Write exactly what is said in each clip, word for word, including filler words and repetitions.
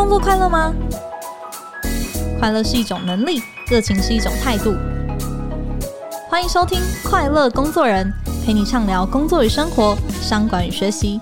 工作快乐吗？快乐是一种能力，热情是一种态度。欢迎收听快乐工作人，陪你畅聊工作与生活、商管与学习。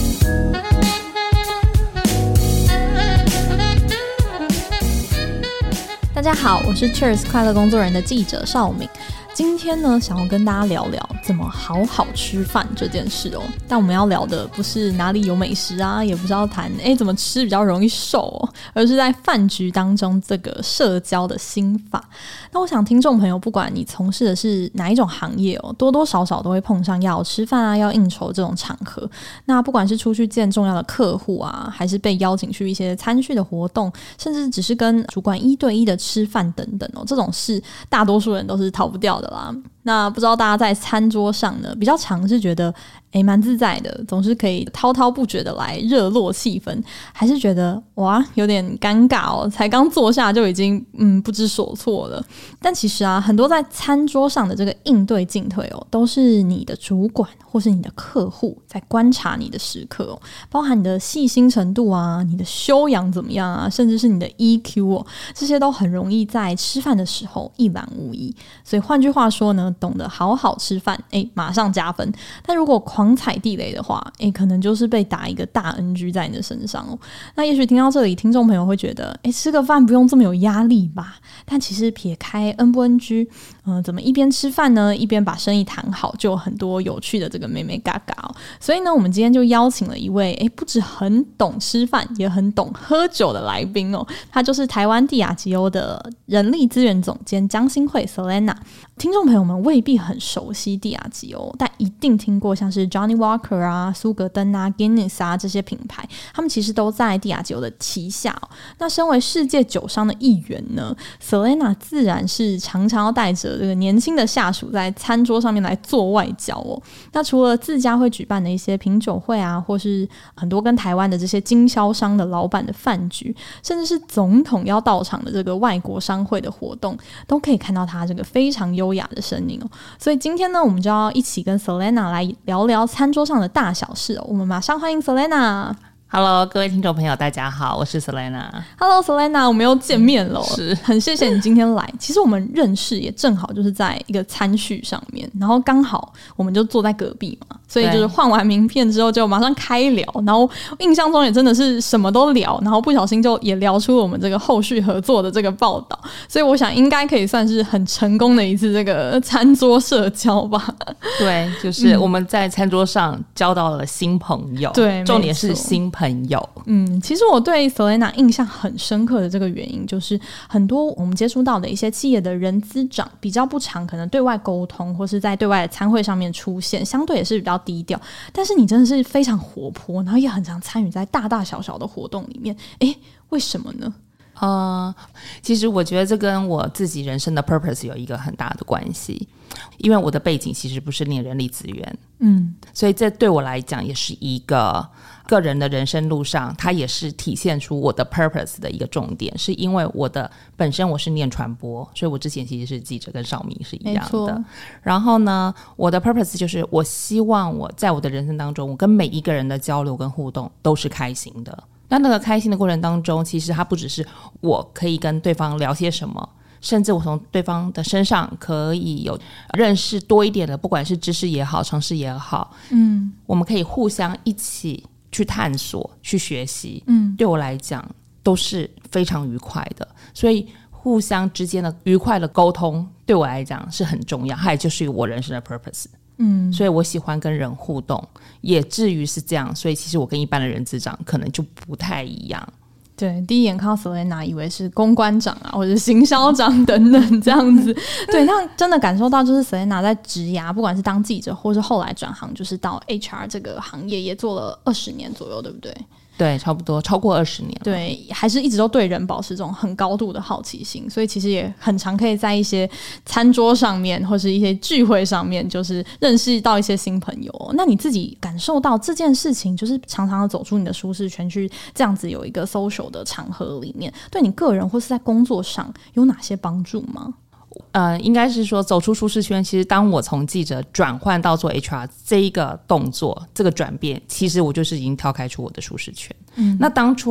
大家好，我是 Cheers 快乐工作人的记者邵敏。今天呢，想要跟大家聊聊怎么好好吃饭这件事哦。但我们要聊的不是哪里有美食啊，也不是要谈诶怎么吃比较容易瘦哦，而是在饭局当中这个社交的心法。那我想听众朋友，不管你从事的是哪一种行业哦，多多少少都会碰上要吃饭啊、要应酬这种场合。那不管是出去见重要的客户啊，还是被邀请去一些餐叙的活动，甚至只是跟主管一对一的吃饭等等哦，这种事大多数人都是逃不掉的啦。那不知道大家在餐桌上呢，比较常是觉得诶蛮自在的，总是可以滔滔不绝的来热络气氛，还是觉得哇有点尴尬哦，才刚坐下就已经嗯不知所措了。但其实啊，很多在餐桌上的这个应对进退哦，都是你的主管或是你的客户在观察你的时刻哦，包含你的细心程度啊，你的修养怎么样啊，甚至是你的 E Q 哦，这些都很容易在吃饭的时候一览无遗。所以换句话说呢，懂得好好吃饭，诶马上加分。但如果狂踩地雷的话，诶可能就是被打一个大 N G 在你的身上哦。那也许听到这里，听众朋友会觉得，诶吃个饭不用这么有压力吧？但其实撇开 N 不 N G， 呃，怎么一边吃饭呢，一边把生意谈好，就有很多有趣的这个妹妹嘎嘎哦。所以呢，我们今天就邀请了一位，诶不只很懂吃饭，也很懂喝酒的来宾哦。他就是台湾帝亚吉欧的人力资源总监江欣惠 Selena。听众朋友们未必很熟悉帝亚吉欧，但一定听过像是 Johnny Walker 啊、苏格登啊、Guinness 啊这些品牌，他们其实都在帝亚吉欧的旗下哦。那身为世界酒商的一员呢， Selena 自然是常常要带着这个年轻的下属在餐桌上面来做外交哦。那除了自家会举办的一些品酒会啊，或是很多跟台湾的这些经销商的老板的饭局，甚至是总统要到场的这个外国商会的活动，都可以看到他这个非常优雅的身影哦。所以今天呢，我们就要一起跟 Selena 来聊聊餐桌上的大小事哦。我们马上欢迎 Selena。Hello， 各位听众朋友，大家好，我是 Selena。Hello Selena， 我们又见面了、 嗯，是很谢谢你今天来。其实我们认识也正好就是在一个餐叙上面，然后刚好我们就坐在隔壁嘛，所以就是换完名片之后就马上开聊，然后印象中也真的是什么都聊，然后不小心就也聊出我们这个后续合作的这个报道，所以我想应该可以算是很成功的一次这个餐桌社交吧。 对，就是我们在餐桌上交到了新朋友，对，重点是新朋友。 嗯，其实我对 Selena 印象很深刻的这个原因，就是很多我们接触到的一些企业的人资长比较不常可能对外沟通，或是在对外的餐会上面出现，相对也是比较低调。但是你真的是非常活泼，然后也很常参与在大大小小的活动里面，诶，为什么呢？ 呃，其实我觉得这跟我自己人生的 purpose 有一个很大的关系，因为我的背景其实不是念人力资源，嗯，所以这对我来讲也是一个个人的人生路上，它也是体现出我的 purpose 的一个重点，是因为我的本身我是念传播，所以我之前其实是记者，跟邵明是一样的。然后呢，我的 purpose 就是我希望我在我的人生当中，我跟每一个人的交流跟互动都是开心的。那那个开心的过程当中，其实它不只是我可以跟对方聊些什么，甚至我从对方的身上可以有认识多一点的，不管是知识也好，常识也好，嗯，我们可以互相一起去探索，去学习，嗯，对我来讲都是非常愉快的。所以互相之间的愉快的沟通对我来讲是很重要，它也就是我人生的 purpose。嗯，所以我喜欢跟人互动，也至于是这样，所以其实我跟一般的人资长可能就不太一样。 对，第一眼看到 Selena 以为是公关长啊，或者行销长等等这样子。对，那真的感受到就是 Selena 在职涯，不管是当记者或是后来转行，就是到 H R 这个行业也做了二十年左右，对不对？ 对，差不多超过二十年了。 对，还是一直都对人保持这种很高度的好奇心，所以其实也很常可以在一些餐桌上面或是一些聚会上面，就是认识到一些新朋友。那你自己感受到这件事情，就是常常的走出你的舒适圈，去这样子有一个 social 的场合里面，对你个人或是在工作上有哪些帮助吗？ 呃，应该是说走出舒适圈，其实当我从记者转换到做 H R 这一个动作，这个转变，其实我就是已经跳开出我的舒适圈。嗯，那当初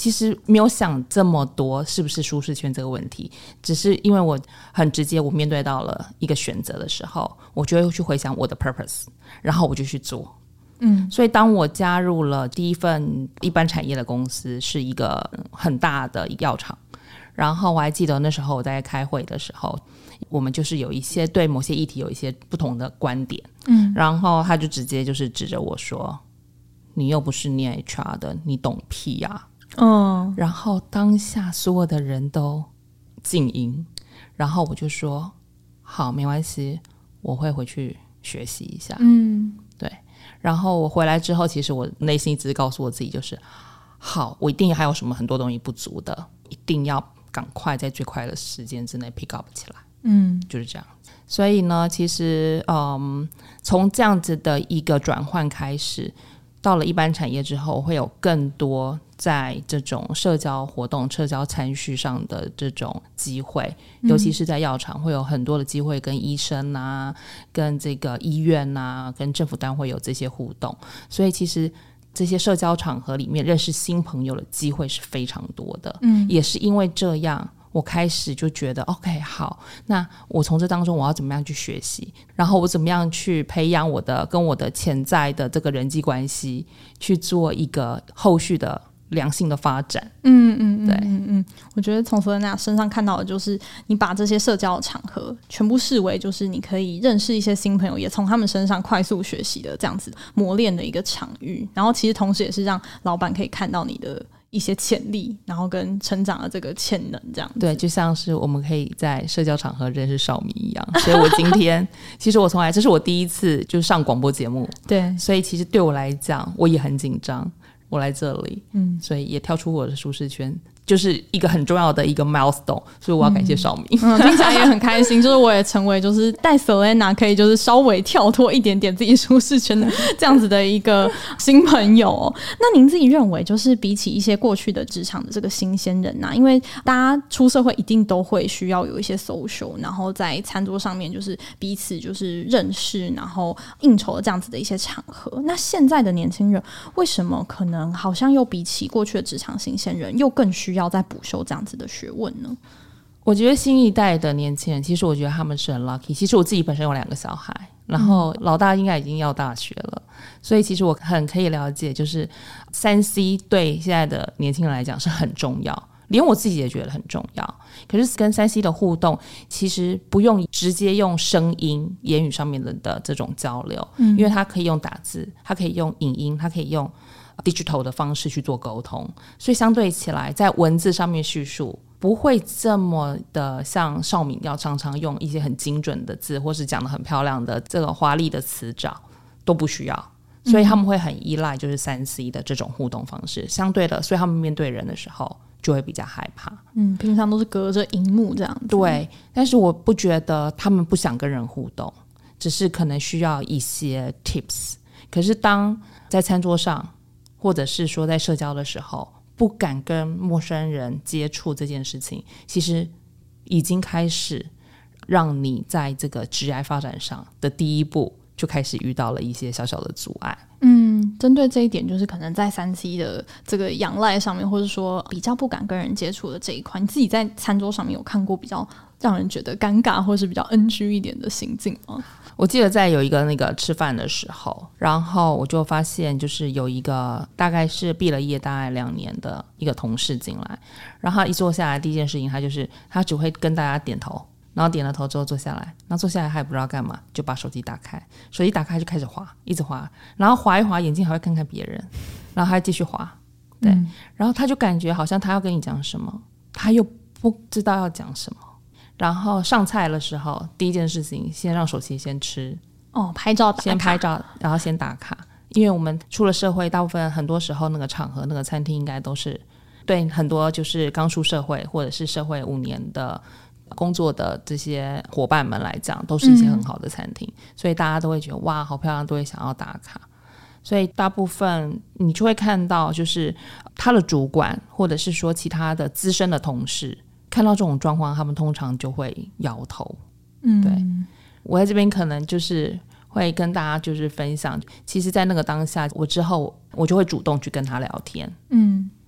其实没有想这么多是不是舒适圈这个问题，只是因为我很直接，我面对到了一个选择的时候，我就会去回想我的 purpose， 然后我就去做。嗯，所以当我加入了第一份一般产业的公司，是一个很大的药厂，然后我还记得那时候我在开会的时候，我们就是有一些对某些议题有一些不同的观点，嗯，然后他就直接就是指着我说，你又不是念 H R 的，你懂屁啊。嗯，然后当下所有的人都静音，然后我就说好，没关系，我会回去学习一下。嗯，对。然后我回来之后，其实我内心一直告诉我自己，就是好，我一定还有什么很多东西不足的，一定要赶快在最快的时间之内 pick up 起来。嗯，就是这样。所以呢，其实嗯，从这样子的一个转换开始，到了一般产业之后，会有更多在这种社交活动、社交参叙上的这种机会，尤其是在药厂，会有很多的机会跟医生啊、跟这个医院啊、跟政府单位有这些互动，所以其实这些社交场合里面认识新朋友的机会是非常多的。嗯，也是因为这样，我开始就觉得 OK 好，那我从这当中我要怎么样去学习，然后我怎么样去培养我的跟我的潜在的这个人际关系，去做一个后续的良性的发展。嗯嗯对嗯嗯，我觉得从Selena身上看到的就是你把这些社交场合全部视为就是你可以认识一些新朋友，也从他们身上快速学习的这样子磨练的一个场域，然后其实同时也是让老板可以看到你的一些潜力，然后跟成长的这个潜能这样子。 对，就像是我们可以在社交场合认识少米一样，所以我今天其实我从来这是我第一次就是上广播节目， 对， 所以其实对我来讲我也很紧张，我来这里，嗯，所以也跳出我的舒适圈，就是一个很重要的一个 milestone， 所以我要感谢少米。 嗯，听起来也很开心，就是我也成为就是带 Selena 可以就是稍微跳脱一点点自己舒适圈的这样子的一个新朋友哦。那您自己认为，就是比起一些过去的职场的这个新鲜人啊，因为大家出社会一定都会需要有一些 social， 然后在餐桌上面就是彼此就是认识，然后应酬的这样子的一些场合。那现在的年轻人为什么可能好像又比起过去的职场新鲜人又更需要再补修这样子的学问呢？ 我觉得新一代的年轻人，其实我觉得他们是很 lucky。其实我自己本身有两个小孩，然后老大应该已经要大学了，所以其实我很可以了解，就是三 C 对现在的年轻人来讲是很重要，连我自己也觉得很重要。可是跟三 C 的互动，其实不用直接用声音、言语上面 的, 的这种交流、嗯，因为它可以用打字，它可以用影音，它可以用digital 的方式去做沟通，所以相对起来在文字上面叙述不会这么的像少敏要常常用一些很精准的字，或是讲得很漂亮的这个华丽的词藻，都不需要，所以他们会很依赖就是三 C 的这种互动方式，相对的，所以他们面对人的时候就会比较害怕。 嗯，平常都是隔着荧幕这样子。 对，但是我不觉得他们不想跟人互动，只是可能需要一些 tips。可是当在餐桌上或者是说在社交的时候不敢跟陌生人接触这件事情，其实已经开始让你在这个职业发展上的第一步就开始遇到了一些小小的阻碍。 嗯，针对这一点，就是可能在 三 C 的这个仰赖上面，或者说比较不敢跟人接触的这一块，你自己在餐桌上面有看过比较让人觉得尴尬或是比较 N G 一点的行径吗？ 我记得在有一个那个吃饭的时候，然后我就发现就是有一个大概是毕了业大概两年的一个同事进来，然后他一坐下来第一件事情他就是他只会跟大家点头，然后点了头之后坐下来，然后坐下来他也不知道干嘛，就把手机打开，手机打开就开始滑，一直滑，然后滑一滑眼睛还会看看别人，然后他继续滑，对、嗯、然后他就感觉好像他要跟你讲什么，他又不知道要讲什么，然后上菜的时候第一件事情先让手机先吃， 哦，拍照打卡， 先拍照然后先打卡，因为我们出了社会，大部分很多时候那个场合那个餐厅应该都是对很多就是刚出社会或者是社会五年的工作的这些伙伴们来讲都是一些很好的餐厅、嗯、所以大家都会觉得哇好漂亮，都会想要打卡，所以大部分你就会看到就是他的主管或者是说其他的资深的同事看到这种状况，他们通常就会摇头。嗯，对，我在这边可能就是会跟大家就是分享，其实在那个当下我之后我就会主动去跟他聊天。嗯，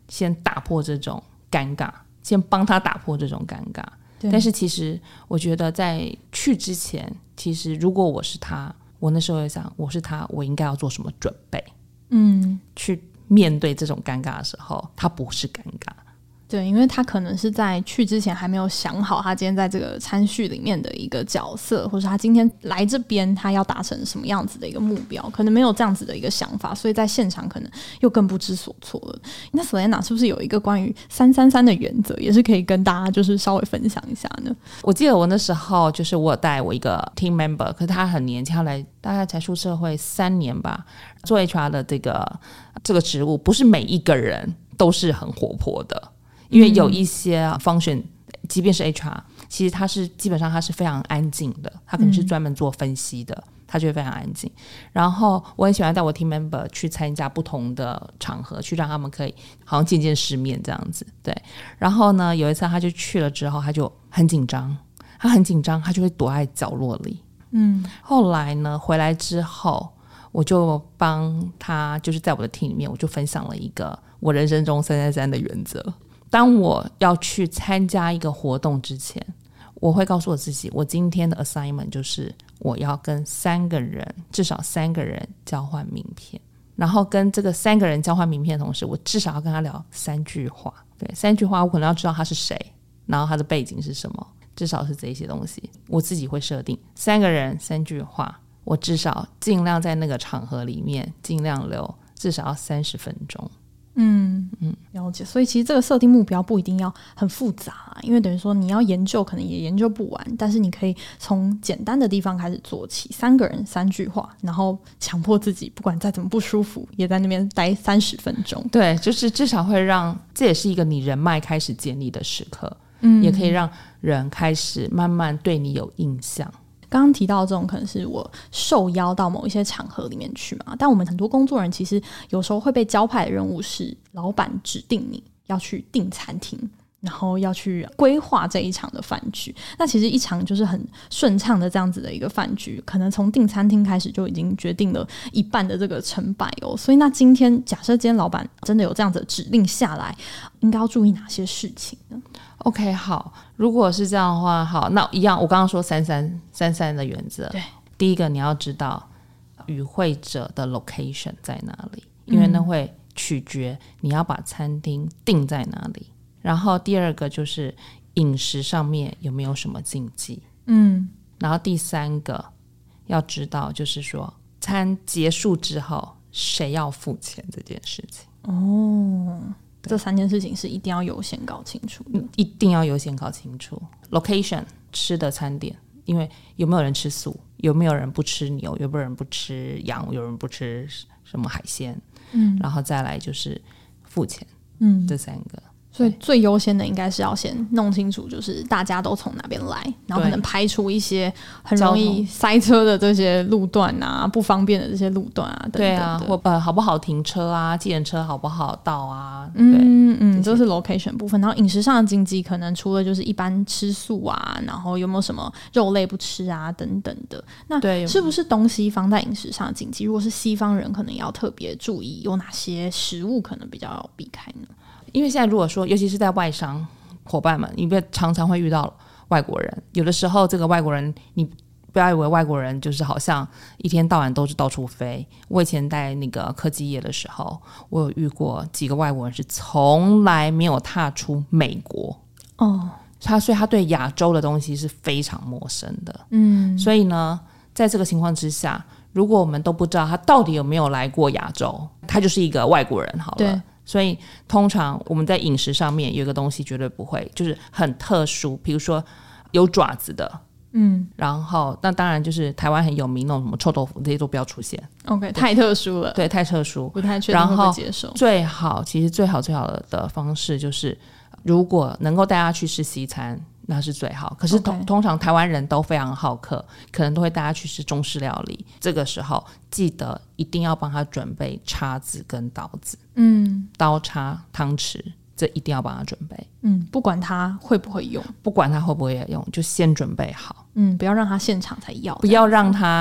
先打破这种尴尬，先帮他打破这种尴尬。但是其实我觉得在去之前，其实如果我是他，我那时候也想我是他，我应该要做什么准备，嗯，去面对这种尴尬的时候，他不是尴尬。 对，因为他可能是在去之前还没有想好他今天在这个餐叙里面的一个角色，或者他今天来这边他要达成什么样子的一个目标，可能没有这样子的一个想法，所以在现场可能又更不知所措了。那 Selena 是不是有一个关于三三三的原则也是可以跟大家就是稍微分享一下呢？ 我记得我那时候就是我有带我一个 team member， 可是他很年轻，他来大概才出社会三年吧，做 H R 的这个这个职务，不是每一个人都是很活泼的，因为有一些 function， 即便是 H R， 其实他是基本上他是非常安静的，他可能是专门做分析的，嗯，他就会非常安静。然后我很喜欢带我 team member 去参加不同的场合，去让他们可以好像见见世面这样子。对，然后呢，有一次他就去了之后，他就很紧张，他很紧张，他就会躲在角落里。嗯，后来呢，回来之后，我就帮他，就是在我的 team 里面，我就分享了一个我人生中三三三的原则。当我要去参加一个活动之前，我会告诉我自己，我今天的 assignment 就是我要跟三个人，至少三个人交换名片，然后跟这个三个人交换名片的同时，我至少要跟他聊三句话。对，三句话我可能要知道他是谁，然后他的背景是什么，至少是这些东西我自己会设定。三个人三句话，我至少尽量在那个场合里面尽量留至少要三十分钟。 嗯嗯，了解。所以其实这个设定目标不一定要很复杂，因为等于说你要研究可能也研究不完，但是你可以从简单的地方开始做起，三个人三句话，然后强迫自己不管再怎么不舒服也在那边待三十分钟。 对，就是至少会让这也是一个你人脉开始建立的时刻，嗯，也可以让人开始慢慢对你有印象。 刚刚提到这种可能是我受邀到某一些场合里面去嘛，但我们很多工作人其实有时候会被交派的任务是老板指定你要去订餐厅，然后要去规划这一场的饭局。那其实一场就是很顺畅的这样子的一个饭局，可能从订餐厅开始就已经决定了一半的这个成败哦。所以那今天假设今天老板真的有这样子的指令下来，应该要注意哪些事情呢 ？OK， 好，如果是这样的话，好，那一样，我刚刚说三三三三的原则， 对， 第一个你要知道与会者的 location 在哪里，因为那会取决你要把餐厅定在哪里。然后第二个就是饮食上面有没有什么禁忌，嗯，然后第三个要知道就是说餐结束之后谁要付钱这件事情。 哦，这三件事情是一定要优先搞清楚的， 一定要优先搞清楚。 location 吃的餐点，因为有没有人吃素，有没有人不吃牛，有没有人不吃羊，有人不吃什么海鲜，嗯，然后再来就是付钱，嗯，这三个。 所以最优先的应该是要先弄清楚就是大家都从哪边来，然后可能排除一些很容易塞车的这些路段啊，不方便的这些路段啊等等的。对啊， 或呃好不好停车啊，计程车好不好到啊， 嗯嗯，这是 location 部分。然后饮食上的禁忌可能除了就是一般吃素啊，然后有没有什么肉类不吃啊等等的。那是不是东西方在饮食上的禁忌，如果是西方人可能要特别注意有哪些食物可能比较要避开呢？ 因为现在如果说尤其是在外商伙伴们，你常常会遇到外国人，有的时候这个外国人你不要以为外国人就是好像一天到晚都是到处飞。我以前在那个科技业的时候，我有遇过几个外国人是从来没有踏出美国哦，他所以他对亚洲的东西是非常陌生的。嗯，所以呢在这个情况之下，如果我们都不知道他到底有没有来过亚洲，他就是一个外国人好了。对，所以通常我们在饮食上面有一个东西绝对不会，就是很特殊，比如说有爪子的，嗯，然后那当然就是台湾很有名那种什么臭豆腐，这些都不要出现。 OK， 太特殊了， 对，太特殊， 不太确定会不会接受。 最好其实最好最好的方式就是如果能够带他去吃西餐那是最好，可是 通, Okay. 通常台湾人都非常好客，可能都会带他去吃中式料理，这个时候记得一定要帮他准备叉子跟刀子，嗯，刀叉汤匙这一定要帮他准备， 嗯，不管他会不会用， 不管他会不会用就先准备好， 嗯，不要让他现场才要， 不要让他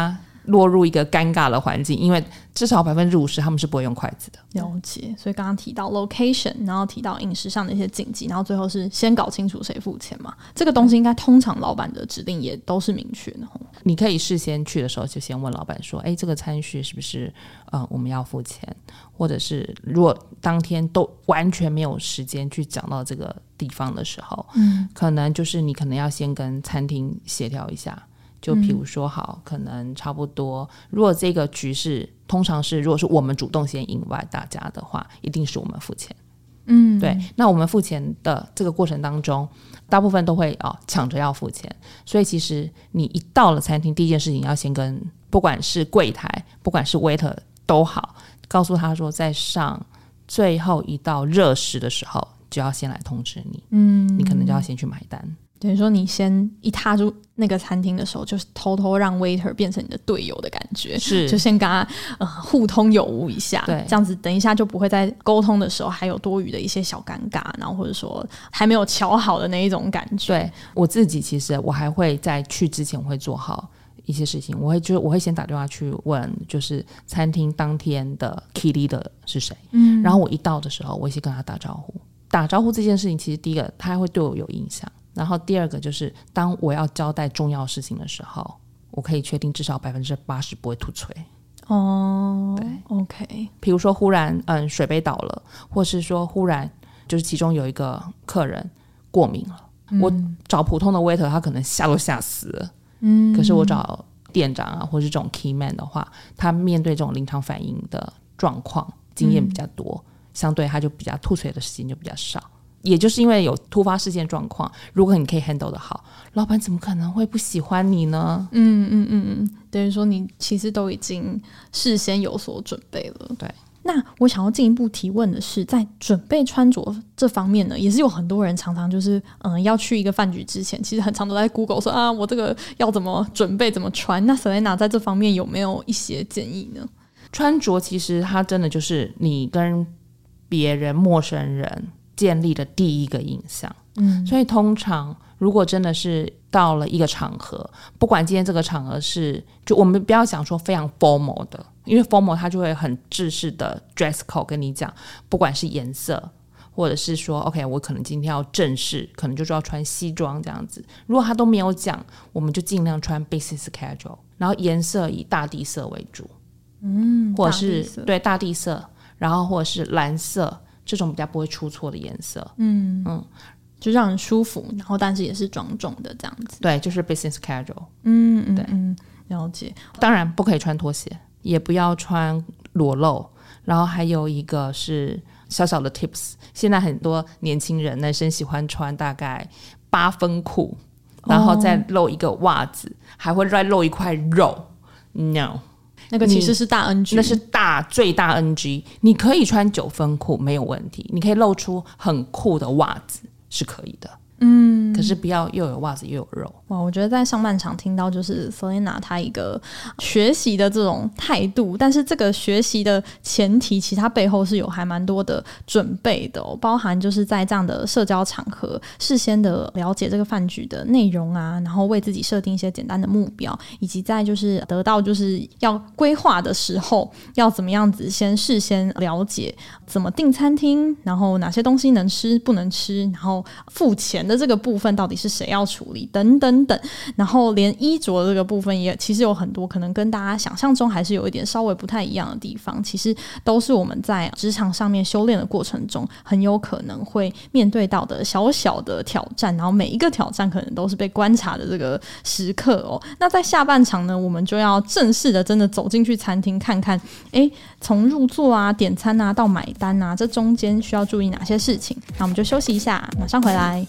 落入一个尴尬的环境，因为至少百分之五十他们是不会用筷子的。 了解。所以刚刚提到 location， 然后提到饮食上的一些禁忌，然后最后是先搞清楚谁付钱嘛，这个东西应该通常老板的指令也都是明确的。 你可以事先去的时候就先问老板说，哎，这个餐序是不是呃我们要付钱，或者是如果当天都完全没有时间去讲到这个地方的时候，嗯，可能就是你可能要先跟餐厅协调一下，就比如说好，可能差不多如果这个局是通常是如果是我们主动先 invite 大家的话，一定是我们付钱。嗯，对，那我们付钱的这个过程当中大部分都会哦抢着要付钱，所以其实你一到了餐厅第一件事情要先跟不管是柜台不管是 waiter 都好，告诉他说在上最后一道热食的时候就要先来通知你，嗯，你可能就要先去买单。 等于说你先一踏入那个餐厅的时候，就是偷偷让 waiter 变成你的队友的感觉， 是就先跟他、呃、互通有无一下， 对， 这样子等一下就不会在沟通的时候还有多余的一些小尴尬，然后或者说还没有瞧好的那一种感觉。 对，我自己其实我还会在去之前我会做好一些事情，我会就我会先打电话去问，就是餐厅当天的 key leader 是谁，嗯，然后我一到的时候，我先跟他打招呼。打招呼这件事情，其实第一个他会对我有印象，然后第二个就是当我要交代重要事情的时候，我可以确定至少百分之八十不会吐槽。 哦， 对 ，OK。 比如说忽然嗯水杯倒了，或是说忽然就是其中有一个客人过敏了，嗯、我找普通的 waiter 他可能吓都吓死了。嗯，可是我找店长啊，或是这种 key man 的话，他面对这种临场反应的状况经验比较多、嗯、相对他就比较吐槽的时间就比较少。也就是因为有突发事件状况，如果你可以 handle 得好，老板怎么可能会不喜欢你呢？ 嗯嗯嗯嗯，等于说你其实都已经事先有所准备了。 对。 那我想要进一步提问的是，在准备穿着这方面呢，也是有很多人常常就是嗯，要去一个饭局之前，其实很常都在 Google 说啊，我这个要怎么准备怎么穿。那 Selena 在这方面有没有一些建议呢？ 穿着其实它真的就是你跟别人陌生人建立的第一个印象，嗯，所以通常如果真的是到了一个场合，不管今天这个场合是就我们不要讲说非常 formal 的，因为 formal 它就会很制式的 dress code 跟你讲，不管是颜色或者是说 OK 我可能今天要正式，可能就是要穿西装这样子，如果他都没有讲，我们就尽量穿 business casual， 然后颜色以大地色为主，嗯，或者是大对大地色，然后或者是蓝色这种比较不会出错的颜色，嗯嗯， 就让人舒服，然后但是也是庄重的这样子。 对，就是 business casual。 嗯嗯，对，嗯，了解。 当然不可以穿拖鞋，也不要穿裸露。然后还有一个是小小的 tips， 现在很多年轻人男生喜欢穿大概八分裤，然后再露一个袜子，哦、还会再露一块肉。No。 那个其实是大 N G， 那是大最大 N G。 你可以穿九分裤没有问题，你可以露出很酷的袜子是可以的，嗯，可是不要又有袜子又有肉。 哇，我觉得在上半场听到就是 Selena 她一个学习的这种态度，但是这个学习的前提其实它背后是有还蛮多的准备的、哦、包含就是在这样的社交场合事先的了解这个饭局的内容啊，然后为自己设定一些简单的目标，以及在就是得到就是要规划的时候要怎么样子先事先了解怎么订餐厅，然后哪些东西能吃不能吃，然后付钱的这个部分到底是谁要处理等等等，然后连衣着这个部分也其实有很多可能跟大家想象中还是有一点稍微不太一样的地方，其实都是我们在职场上面修炼的过程中很有可能会面对到的小小的挑战，然后每一个挑战可能都是被观察的这个时刻哦。那在下半场呢，我们就要正式的真的走进去餐厅看看，诶，从入座啊点餐啊到买单啊，这中间需要注意哪些事情。那我们就休息一下，马上回来。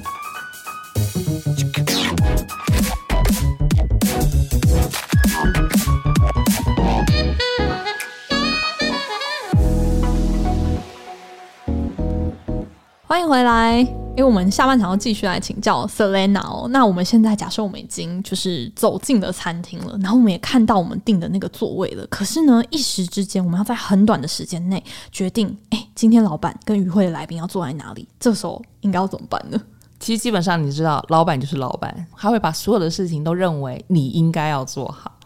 欢迎回来。因为我们下半场要继续来请教 Selena 哦。那我们现在假设我们已经就是走进了餐厅了，然后我们也看到我们订的那个座位了，可是呢一时之间我们要在很短的时间内决定哎，今天老板跟与会的来宾要坐在哪里，这时候应该要怎么办呢？ 其实基本上你知道老板就是老板，他会把所有的事情都认为你应该要做好，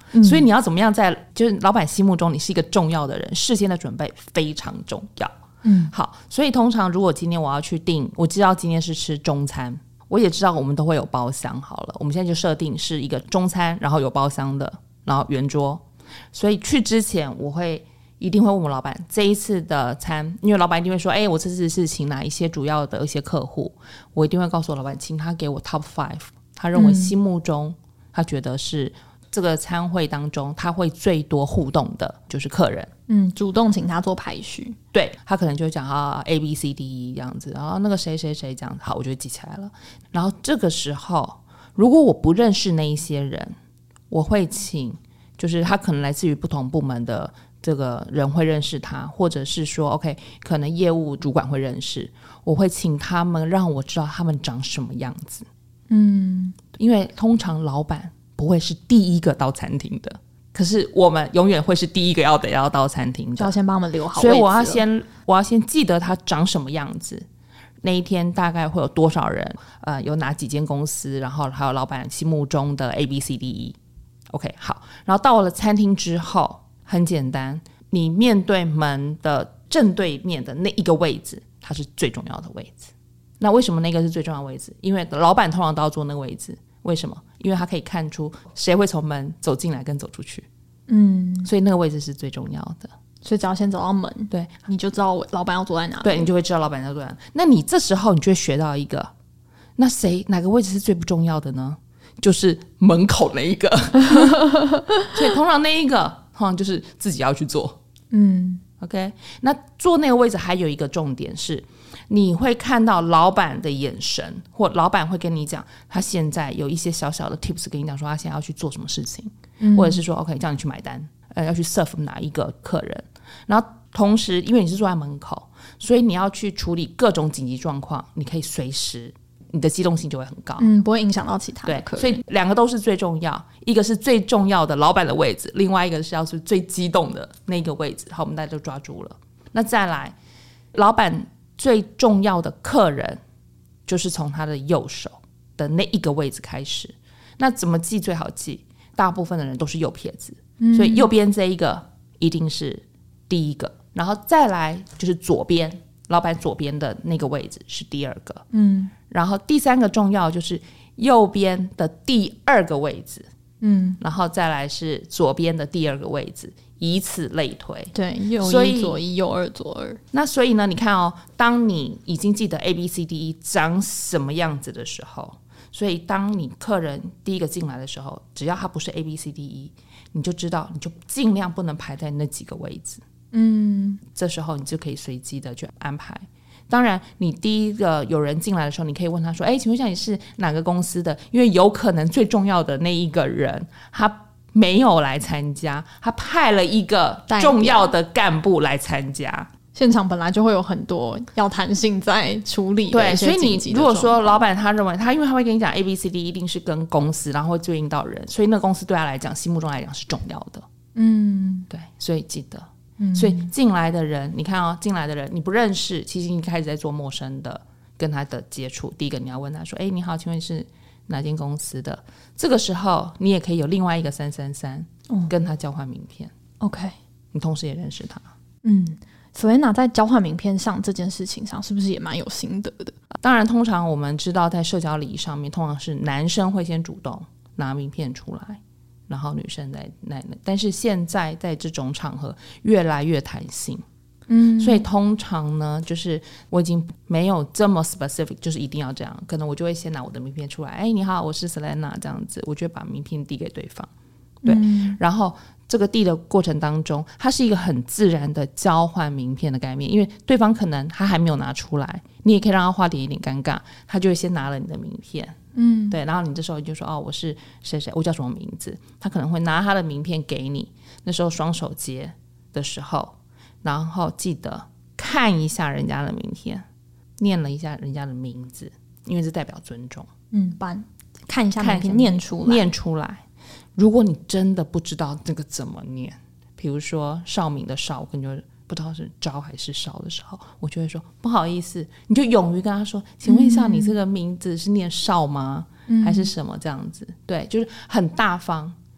嗯、所以你要怎么样在就是老板心目中你是一个重要的人，事先的准备非常重要。嗯，好，所以通常如果今天我要去订，我知道今天是吃中餐，我也知道我们都会有包厢，好了，我们现在就设定是一个中餐，然后有包厢的，然后圆桌。所以去之前我会一定会问我老板这一次的餐，因为老板一定会说哎、欸，我这次是请哪一些主要的一些客户，我一定会告诉我老板请他给我 top five 他认为心目中、嗯、他觉得是这个餐会当中他会最多互动的就是客人， 嗯，主动请他做排序， 对，他可能就讲啊 A B C D E 这样子，然后那个谁谁谁这样子，好，我就记起来了。然后这个时候如果我不认识那一些人，我会请就是他可能来自于不同部门的这个人会认识他，或者是说 OK 可能业务主管会认识，我会请他们让我知道他们长什么样子。嗯，因为通常老板不会是第一个到餐厅的，可是我们永远会是第一个要得要到餐厅的， 就要先帮我们留好位置， 所以我要先我要先记得他长什么样子，那一天大概会有多少人，呃，有哪几间公司，然后还有老板心目中的 A B C D E。 OK 好，然后到了餐厅之后很简单，你面对门的正对面的那一个位置它是最重要的位置。那为什么那个是最重要的位置？因为老板通常都要坐那个位置，为什么？因为他可以看出谁会从门走进来跟走出去，嗯，所以那个位置是最重要的。 所以只要先走到门， 对， 你就知道老板要坐在哪里， 对，你就会知道老板要坐在哪里。那你这时候你就会学到一个，那谁哪个位置是最不重要的呢？就是门口那一个所以通常那一个通常就是自己要去坐，嗯 OK。 那坐那个位置还有一个重点是你会看到老板的眼神，或老板会跟你讲他现在有一些小小的 tips 跟你讲说他现在要去做什么事情、嗯、或者是说 OK 叫你去买单，呃，要去 serve 哪一个客人。然后同时因为你是坐在门口，所以你要去处理各种紧急状况，你可以随时，你的机动性就会很高， 嗯，不会影响到其他的客人。 对，所以两个都是最重要，一个是最重要的老板的位置，另外一个是要是最激动的那个位置。好，我们大家都抓住了。那再来，老板最重要的客人就是从他的右手的那一个位置开始。那怎么记最好记？大部分的人都是右撇子、嗯、所以右边这一个一定是第一个，然后再来就是左边，老板左边的那个位置是第二个，嗯，然后第三个重要就是右边的第二个位置，嗯，然后再来是左边的第二个位置，以此类推。 对，右一左一，右二左二。 那所以呢，你看哦，当你已经记得 A B C D E 长什么样子的时候，所以当你客人第一个进来的时候，只要他不是 A B C D E， 你就知道，你就尽量不能排在那几个位置。嗯，这时候你就可以随机的去安排。当然你第一个有人进来的时候，你可以问他说哎，请问一下你是哪个公司的，因为有可能最重要的那一个人他没有来参加，他派了一个重要的干部来参加， 现场本来就会有很多要弹性在处理的。 对，所以你如果说老板他认为他因为他会跟你讲 A B C D 一定是跟公司，然后会对应到人，所以那个公司对他来讲心目中来讲是重要的。嗯，对，所以记得所以进来的人，你看哦，进来的人你不认识，其实你开始在做陌生的跟他的接触。第一个你要问他说哎，你好，请问是哪间公司的？这个时候你也可以有另外一个三三三跟他交换名片、 嗯、OK， 你同时也认识他。 嗯，Selena在交换名片上这件事情上是不是也蛮有心得的？ 当然通常我们知道在社交礼仪上面通常是男生会先主动拿名片出来，然后女生在那，但是现在在这种场合越来越弹性，嗯，所以通常呢就是我已经没有这么 specific 就是一定要这样，可能我就会先拿我的名片出来，哎，你好，我是 Selena 这样子，我就会把名片递给对方。对、嗯、然后这个递的过程当中它是一个很自然的交换名片的概念，因为对方可能他还没有拿出来，你也可以让他花点一点尴尬，他就会先拿了你的名片，嗯，对，然后你这时候就说哦，我是谁谁，我叫什么名字，他可能会拿他的名片给你，那时候双手接的时候，然后记得看一下人家的名片，念了一下人家的名字，因为这代表尊重， 嗯，把看一下名片念出来， 念出来。如果你真的不知道这个怎么念，比如说少敏的少，我可能就不知道是招还是少的时候，我就会说不好意思，你就勇于跟他说请问一下你这个名字是念少吗、嗯、还是什么这样子。对，就是很大方，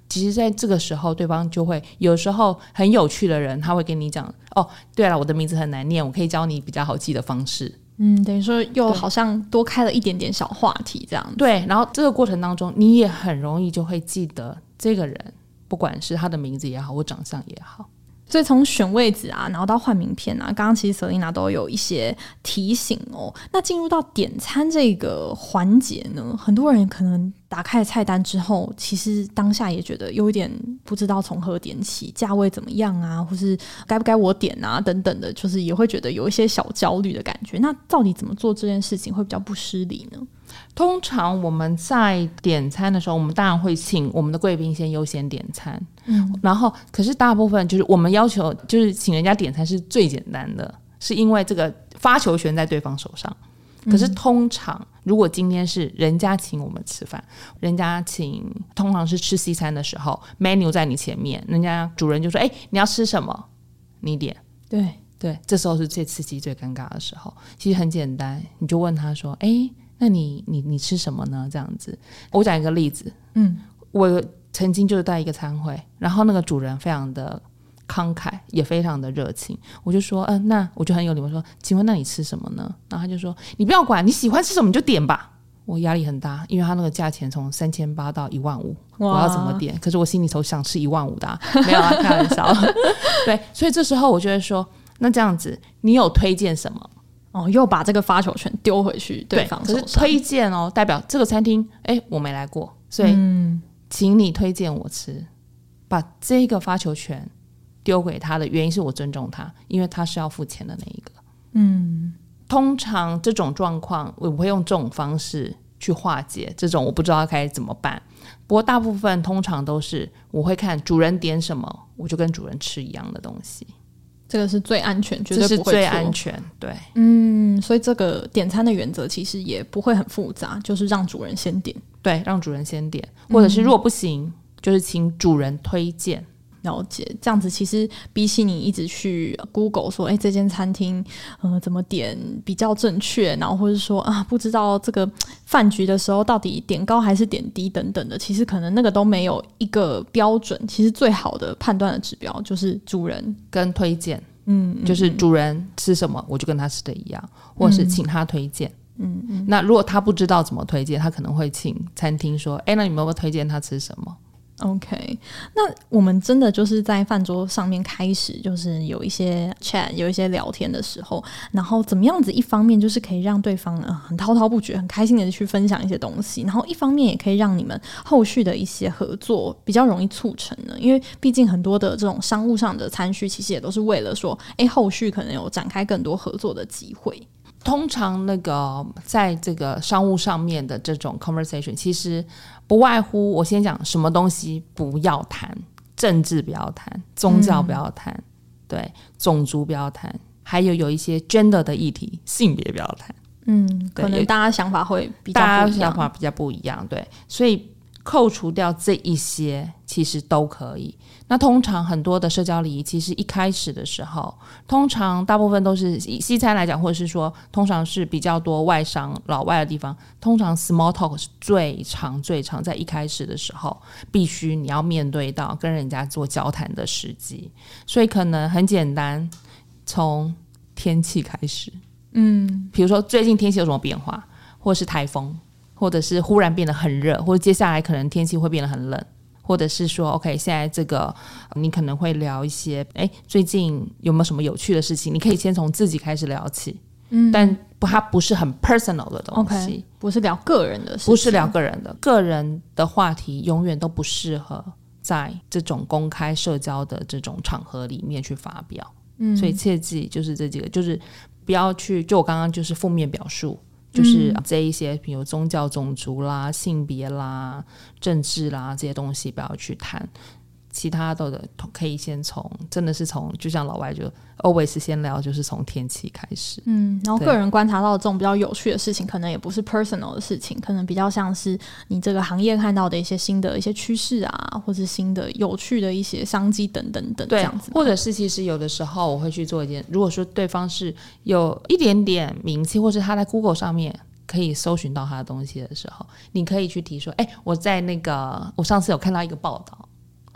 其实在这个时候对方就会有时候很有趣的人他会跟你讲，哦对了，我的名字很难念，我可以教你比较好记的方式。 嗯，等于说又好像多开了一点点小话题这样子。 对，然后这个过程当中你也很容易就会记得这个人，不管是他的名字也好或长相也好。 所以从选位置啊，然后到换名片啊，刚刚其实 Selina 都有一些提醒哦。那进入到点餐这个环节呢，很多人可能打开菜单之后，其实当下也觉得有一点不知道从何点起，价位怎么样啊，或是该不该我点啊等等的，就是也会觉得有一些小焦虑的感觉。那到底怎么做这件事情会比较不失礼呢？ 通常我们在点餐的时候，我们当然会请我们的贵宾先优先点餐，嗯，然后可是大部分就是我们要求就是请人家点餐是最简单的，是因为这个发球权在对方手上。可是通常如果今天是人家请我们吃饭，人家请通常是吃西餐的时候 menu 在你前面，人家主人就说哎、欸，你要吃什么你点， 对对，这时候是最刺激最尴尬的时候。其实很简单，你就问他说哎、欸那你你你吃什么呢？这样子，我讲一个例子，嗯，我曾经就是带一个餐会，然后那个主人非常的慷慨，也非常的热情，我就说，嗯、呃，那我就很有礼貌说，请问那你吃什么呢？然后他就说，你不要管，你喜欢吃什么你就点吧。我压力很大，因为他那个价钱从三千八到一万五，我要怎么点？可是我心里头想吃一万五的、啊，没有啊，开玩笑。对，所以这时候我就会说，那这样子，你有推荐什么？ 哦，又把这个发球权丢回去对方手上。 可是推荐哦，代表这个餐厅，哎，我没来过，所以、嗯、请你推荐我吃。把这个发球权丢给他的原因是我尊重他，因为他是要付钱的那一个。嗯，通常这种状况，我会用这种方式去化解这种我不知道该怎么办。不过大部分通常都是我会看主人点什么，我就跟主人吃一样的东西。 这个是最安全，绝对不会错， 这是最安全，对， 嗯，所以这个点餐的原则其实也不会很复杂，就是让主人先点， 对，让主人先点，或者是如果不行、嗯、就是请主人推荐。 了解，这样子其实比起你一直去 Google 说，哎，这间餐厅呃怎么点比较正确，然后或者说啊不知道这个饭局的时候到底点高还是点低等等的，其实可能那个都没有一个标准。其实最好的判断的指标就是主人跟推荐，嗯，就是主人吃什么我就跟他吃的一样，或者是请他推荐。嗯嗯，那如果他不知道怎么推荐，他可能会请餐厅说，哎，那你们有没有推荐他吃什么 ？OK， 那我们真的就是在饭桌上面开始就是有一些 chat 有一些聊天的时候，然后怎么样子一方面就是可以让对方、呃、很滔滔不绝很开心的去分享一些东西，然后一方面也可以让你们后续的一些合作比较容易促成呢？因为毕竟很多的这种商务上的餐叙其实也都是为了说哎，后续可能有展开更多合作的机会。 通常那个在这个商务上面的这种 conversation 其实不外乎我先讲什么东西不要谈，政治不要谈，宗教不要谈、嗯、对，种族不要谈，还有有一些 gender 的议题，性别不要谈。 嗯，可能大家想法会比较不一样，大家想法比较不一样，对，所以扣除掉这一些其实都可以。那通常很多的社交礼仪其实一开始的时候，通常大部分都是以西餐来讲，或者是说通常是比较多外商老外的地方，通常 small talk 是最长最长，在一开始的时候必须你要面对到跟人家做交谈的时机。所以可能很简单，从天气开始，嗯，比如说最近天气有什么变化，或者是台风，或者是忽然变得很热，或者接下来可能天气会变得很冷，或者是说 OK 现在这个你可能会聊一些哎，最近有没有什么有趣的事情，你可以先从自己开始聊起，嗯，但不它不是很 personal 的东西、okay, 不是聊个人的事情， 不是聊个人的个人的话题永远都不适合在这种公开社交的这种场合里面去发表、嗯、所以切记就是这几个，就是不要去就我刚刚就是负面表述，就是这一些比如宗教种族啦性别啦政治啦这些东西不要去谈，其他的可以先从真的是从就像老外就 always 先聊就是从天气开始， 嗯，然后个人观察到这种比较有趣的事情可能也不是 personal 的事情，可能比较像是你这个行业看到的一些新的一些趋势啊，或是新的有趣的一些商机等等等， 对， 这样子， 或者是其实有的时候我会去做一件，如果说对方是有一点点名气，或是他在 Google 上面可以搜寻到他的东西的时候，你可以去提说哎，我在那个我上次有看到一个报道，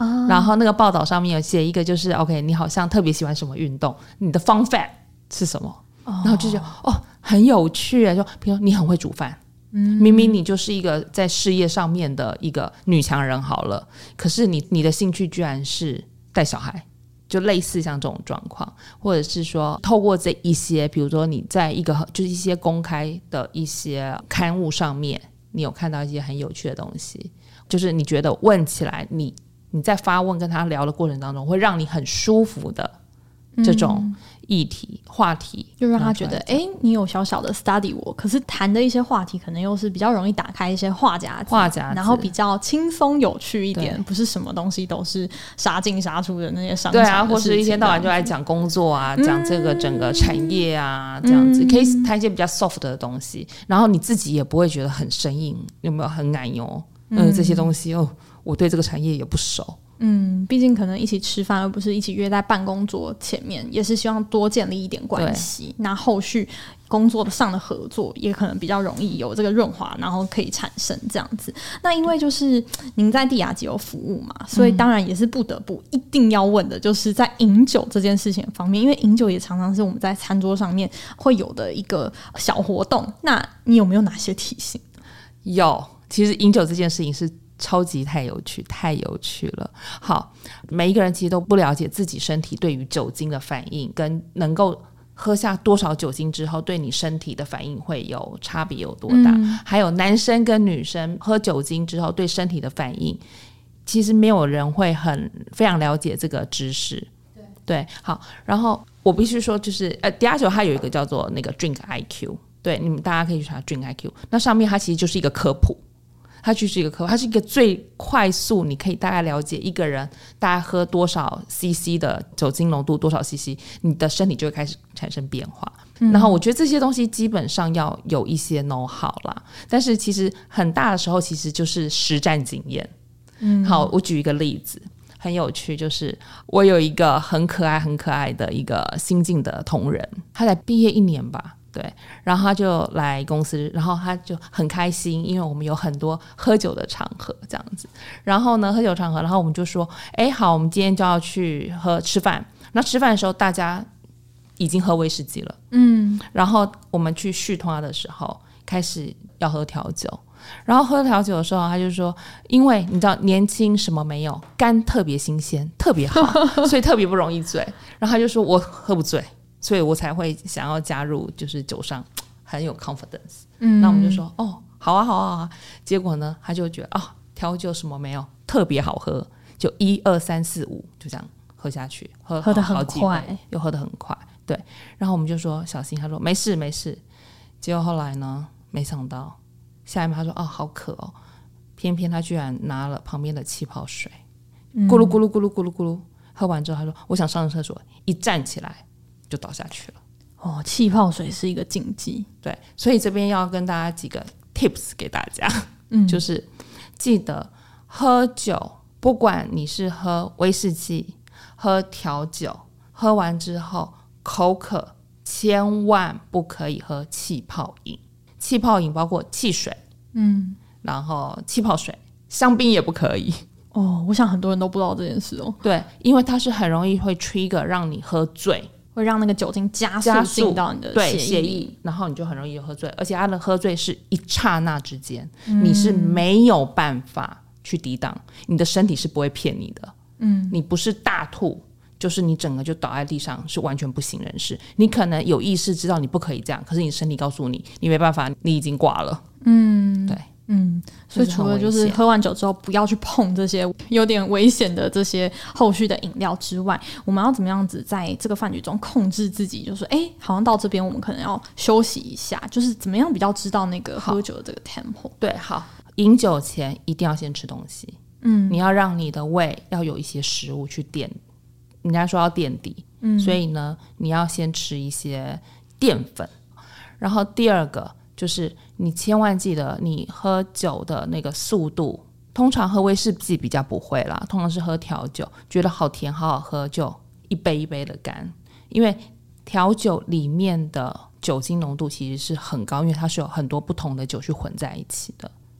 啊、然后那个报道上面有写一个就是 OK 你好像特别喜欢什么运动，你的 fun fact 是什么、哦、然后就觉得哦很有趣，就比如说你很会煮饭、嗯、明明你就是一个在事业上面的一个女强人好了，可是你你的兴趣居然是带小孩，就类似像这种状况，或者是说透过这一些比如说你在一个就是一些公开的一些刊物上面你有看到一些很有趣的东西，就是你觉得问起来你你在发问跟他聊的过程当中会让你很舒服的这种议题、嗯、话题， 就让他觉得哎，你有小小的 study 我，可是谈的一些话题可能又是比较容易打开一些话匣子， 话匣子然后比较轻松有趣一点，不是什么东西都是杀进杀出的那些商场的事情，对啊，或是一天到晚就来讲工作啊，讲、嗯、这个整个产业啊、嗯、这样子，可以谈一些比较 soft 的东西，然后你自己也不会觉得很生硬，有没有很奶油、嗯、这些东西哦，我对这个产业也不熟。 嗯，毕竟可能一起吃饭而不是一起约在办公桌前面，也是希望多建立一点关系，那后续工作上的合作也可能比较容易有这个润滑，然后可以产生这样子。那因为就是您在帝亚吉有服务嘛，所以当然也是不得不一定要问的就是在饮酒这件事情方面，因为饮酒也常常是我们在餐桌上面会有的一个小活动，那你有没有哪些提醒？ 有，其实饮酒这件事情是超级太有趣太有趣了。好，每一个人其实都不了解自己身体对于酒精的反应，跟能够喝下多少酒精之后对你身体的反应会有差别有多大、嗯、还有男生跟女生喝酒精之后对身体的反应，其实没有人会很非常了解这个知识。 对, 对好，然后我必须说就是呃 Diageo 它有一个叫做那个 Drink I Q， 对，你们大家可以去查 Drink I Q， 那上面它其实就是一个科普，它就是一个科普，它是一个最快速你可以大概了解一个人大概喝多少 C C 的酒精浓度，多少 C C 你的身体就会开始产生变化、嗯、然后我觉得这些东西基本上要有一些 know how 啦，但是其实很大的时候其实就是实战经验、嗯、好，我举一个例子很有趣，就是我有一个很可爱很可爱的一个新进的同仁，他才毕业一年吧，对，然后他就来公司，然后他就很开心，因为我们有很多喝酒的场合这样子，然后呢喝酒场合，然后我们就说哎好，我们今天就要去喝吃饭，那吃饭的时候大家已经喝威士忌了，嗯，然后我们去续团的时候开始要喝调酒，然后喝调酒的时候他就说因为你知道年轻什么没有，肝特别新鲜特别好所以特别不容易醉，然后他就说我喝不醉，所以我才会想要加入就是酒商很有 confidence、嗯、那我们就说哦好啊好啊好啊，结果呢他就觉得哦调酒什么没有特别好喝，就一二三四五就这样喝下去，喝喝得很快， 又喝得很快，对，然后我们就说小心，他说没事没事，结果后来呢没想到下一秒他说哦好渴哦，偏偏他居然拿了旁边的气泡水、嗯、咕噜咕噜咕噜咕噜咕噜，喝完之后他说我想上厕所，一站起来就倒下去了。 哦，气泡水是一个禁忌。 对，所以这边要跟大家几个 tips 给大家、嗯、就是记得喝酒，不管你是喝威士忌喝调酒，喝完之后口渴千万不可以喝气泡饮，气泡饮包括汽水，嗯，然后气泡水，香槟也不可以。 哦，我想很多人都不知道这件事哦。 对，因为它是很容易会 trigger 让你喝醉， 会让那个酒精加速进到你的血液，对，血液， 然后你就很容易喝醉，而且它的喝醉是一刹那之间、嗯、你是没有办法去抵挡，你的身体是不会骗你的，嗯，你不是大吐就是你整个就倒在地上，是完全不省人事，你可能有意识知道你不可以这样，可是你身体告诉你你没办法，你已经挂了，嗯，对， 嗯，所以除了就是喝完酒之后不要去碰这些有点危险的这些后续的饮料之外，我们要怎么样子在这个饭局中控制自己，就是哎，好像到这边我们可能要休息一下，就是怎么样比较知道那个喝酒的这个 tempo。 对，好，饮酒前一定要先吃东西，嗯，你要让你的胃要有一些食物去垫，人家说要垫底、嗯、所以呢你要先吃一些淀粉，然后第二个就是你千万记得你喝酒的那个速度，通常喝威士忌比较不会啦，通常是喝调酒觉得好甜好好喝就一杯一杯的干，因为调酒里面的酒精浓度其实是很高，因为它是有很多不同的酒去混在一起的，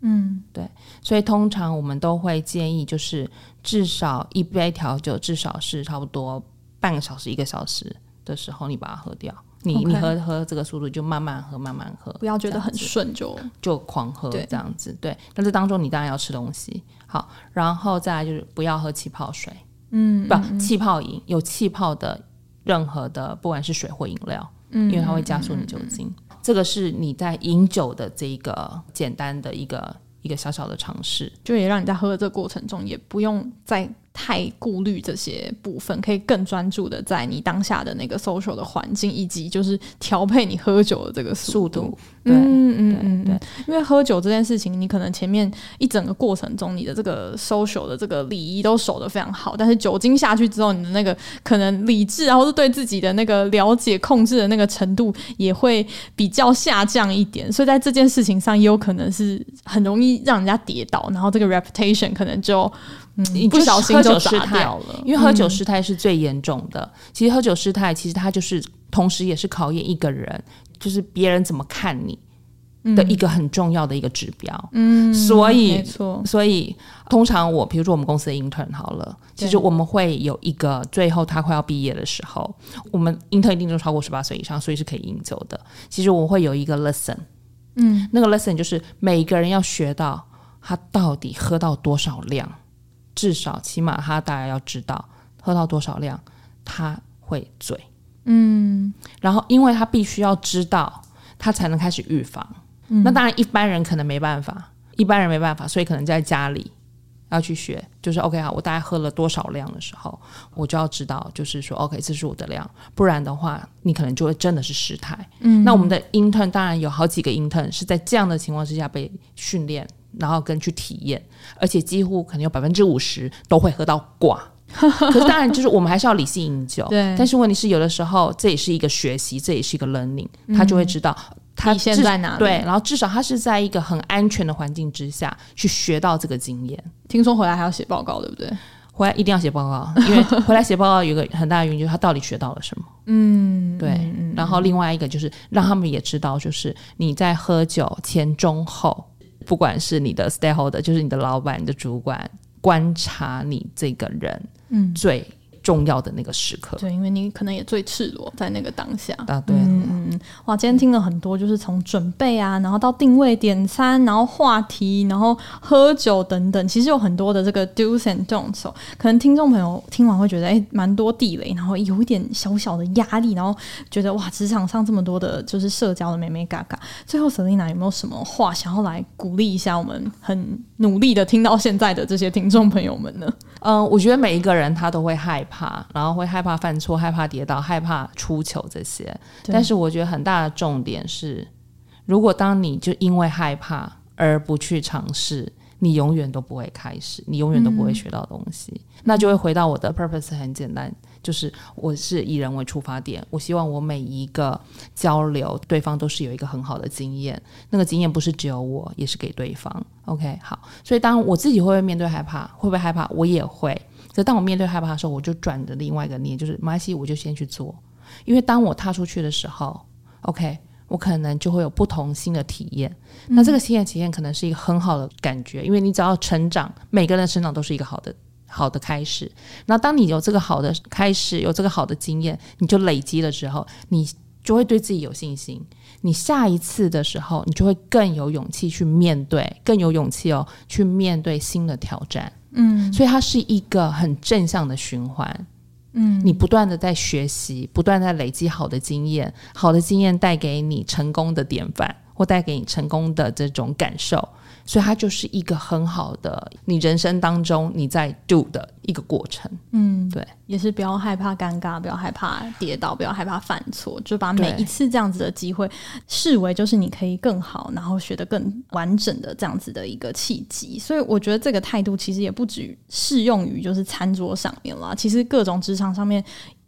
嗯，对，所以通常我们都会建议，就是至少一杯调酒至少是差不多半个小时一个小时的时候你把它喝掉，你、okay. 你喝喝这个速度就慢慢喝慢慢喝， 不要觉得很顺就就狂喝这样子。 对, 对，但这当中你当然要吃东西。好，然后再来就是不要喝气泡水，嗯，不，嗯、气泡饮有气泡的任何的不管是水或饮料，嗯，因为它会加速你酒精，嗯嗯，这个是你在饮酒的这一个简单的一个一个小小的尝试， 就也让你在喝的这个过程中也不用再太顾虑这些部分，可以更专注的在你当下的那个 social 的环境，以及就是调配你喝酒的这个速度。 速度对，嗯嗯嗯对， 因为喝酒这件事情，你可能前面一整个过程中，你的这个 social 的这个礼仪都守得非常好，但是酒精下去之后，你的那个可能理智啊，或是对自己的那个了解、控制的那个程度也会比较下降一点，所以在这件事情上，也有可能是很容易让人家跌倒，然后这个 reputation 可能就。嗯， 你不小心就砸掉了， 因为喝酒失态是最严重的、嗯、其实喝酒失态其实它就是同时也是考验一个人，就是别人怎么看你的一个很重要的一个指标。嗯，所以没错， 所以通常我比如说我们公司的 intern 好了，其实我们会有一个最后他快要毕业的时候，我们 intern 一定都超过十八岁以上，所以是可以饮酒的。其实我会有一个 lesson， 嗯，那个 lesson 就是每一个人要学到他到底喝到多少量，至少起码他大概要知道喝到多少量他会醉，嗯，然后因为他必须要知道他才能开始预防、嗯、那当然一般人可能没办法，一般人没办法，所以可能在家里要去学，就是 OK 好，我大概喝了多少量的时候我就要知道，就是说 OK 这是我的量，不然的话你可能就会真的是失态、嗯、那我们的 intern 当然有好几个 intern 是在这样的情况之下被训练，然后跟去体验，而且几乎可能有百分之五十都会喝到挂可是当然就是我们还是要理性饮酒对， 但是问题是有的时候这也是一个学习，这也是一个 learning、嗯、他就会知道他底线在哪里， 对，然后至少他是在一个很安全的环境之下去学到这个经验。 听说回来还要写报告对不对？ 回来一定要写报告，因为回来写报告有一个很大的原因就是他到底学到了什么。嗯，对嗯。然后另外一个就是让他们也知道，就是你在喝酒前中后，不管是你的 stakeholder 就是你的老板你的主管观察你这个人、嗯、最重要的那个时刻， 对，因为你可能也最赤裸在那个当下啊，对， 嗯嗯，哇，今天听了很多，就是从准备啊，然后到定位点餐，然后话题，然后喝酒等等，其实有很多的这个 do's and don'ts、哦、可能听众朋友听完会觉得哎，蛮多地雷，然后有一点小小的压力，然后觉得哇，职场上这么多的就是社交的眉眉嘎嘎。最后 Selina 有没有什么话想要来鼓励一下我们很努力的听到现在的这些听众朋友们呢？ 嗯、呃，我觉得每一个人他都会害怕，然后会害怕犯错，害怕跌倒，害怕出糗这些，但是我觉得很大的重点是，如果当你就因为害怕而不去尝试，你永远都不会开始，你永远都不会学到东西、嗯、那就会回到我的 purpose 很简单，就是我是以人为出发点，我希望我每一个交流对方都是有一个很好的经验，那个经验不是只有我，也是给对方。 OK 好，所以当我自己会不会面对害怕，会不会害怕，我也会，可是当我面对害怕的时候，我就转着另外一个念，就是没关系，我就先去做，因为当我踏出去的时候 OK 我可能就会有不同新的体验、嗯、那这个新的体验可能是一个很好的感觉，因为你只要成长，每个人的成长都是一个好的好的开始，然后当你有这个好的开始，有这个好的经验，你就累积了之后，你就会对自己有信心，你下一次的时候你就会更有勇气去面对，更有勇气哦去面对新的挑战。嗯，所以它是一个很正向的循环。嗯，你不断的在学习，不断在累积好的经验，好的经验带给你成功的典范，或带给你成功的这种感受，所以它就是一个很好的你人生当中你在 do 的一个过程。嗯，对， 也是不要害怕尴尬，不要害怕跌倒，不要害怕犯错，就把每一次这样子的机会视为就是你可以更好，然后学得更完整的这样子的一个契机。所以我觉得这个态度其实也不只适用于就是餐桌上面啦，其实各种职场上面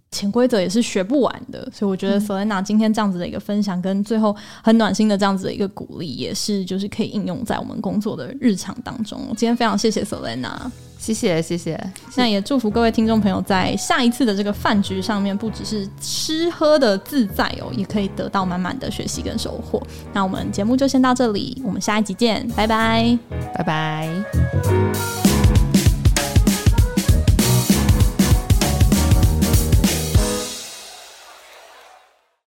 潜规则也是学不完的，所以我觉得 Selena 今天这样子的一个分享跟最后很暖心的这样子的一个鼓励也是就是可以应用在我们工作的日常当中。今天非常谢谢 Selena， 谢谢谢谢。 那也祝福各位听众朋友在下一次的这个饭局上面不只是吃喝的自在哦，也可以得到满满的学习跟收获。那我们节目就先到这里，我们下一集见，拜拜拜拜。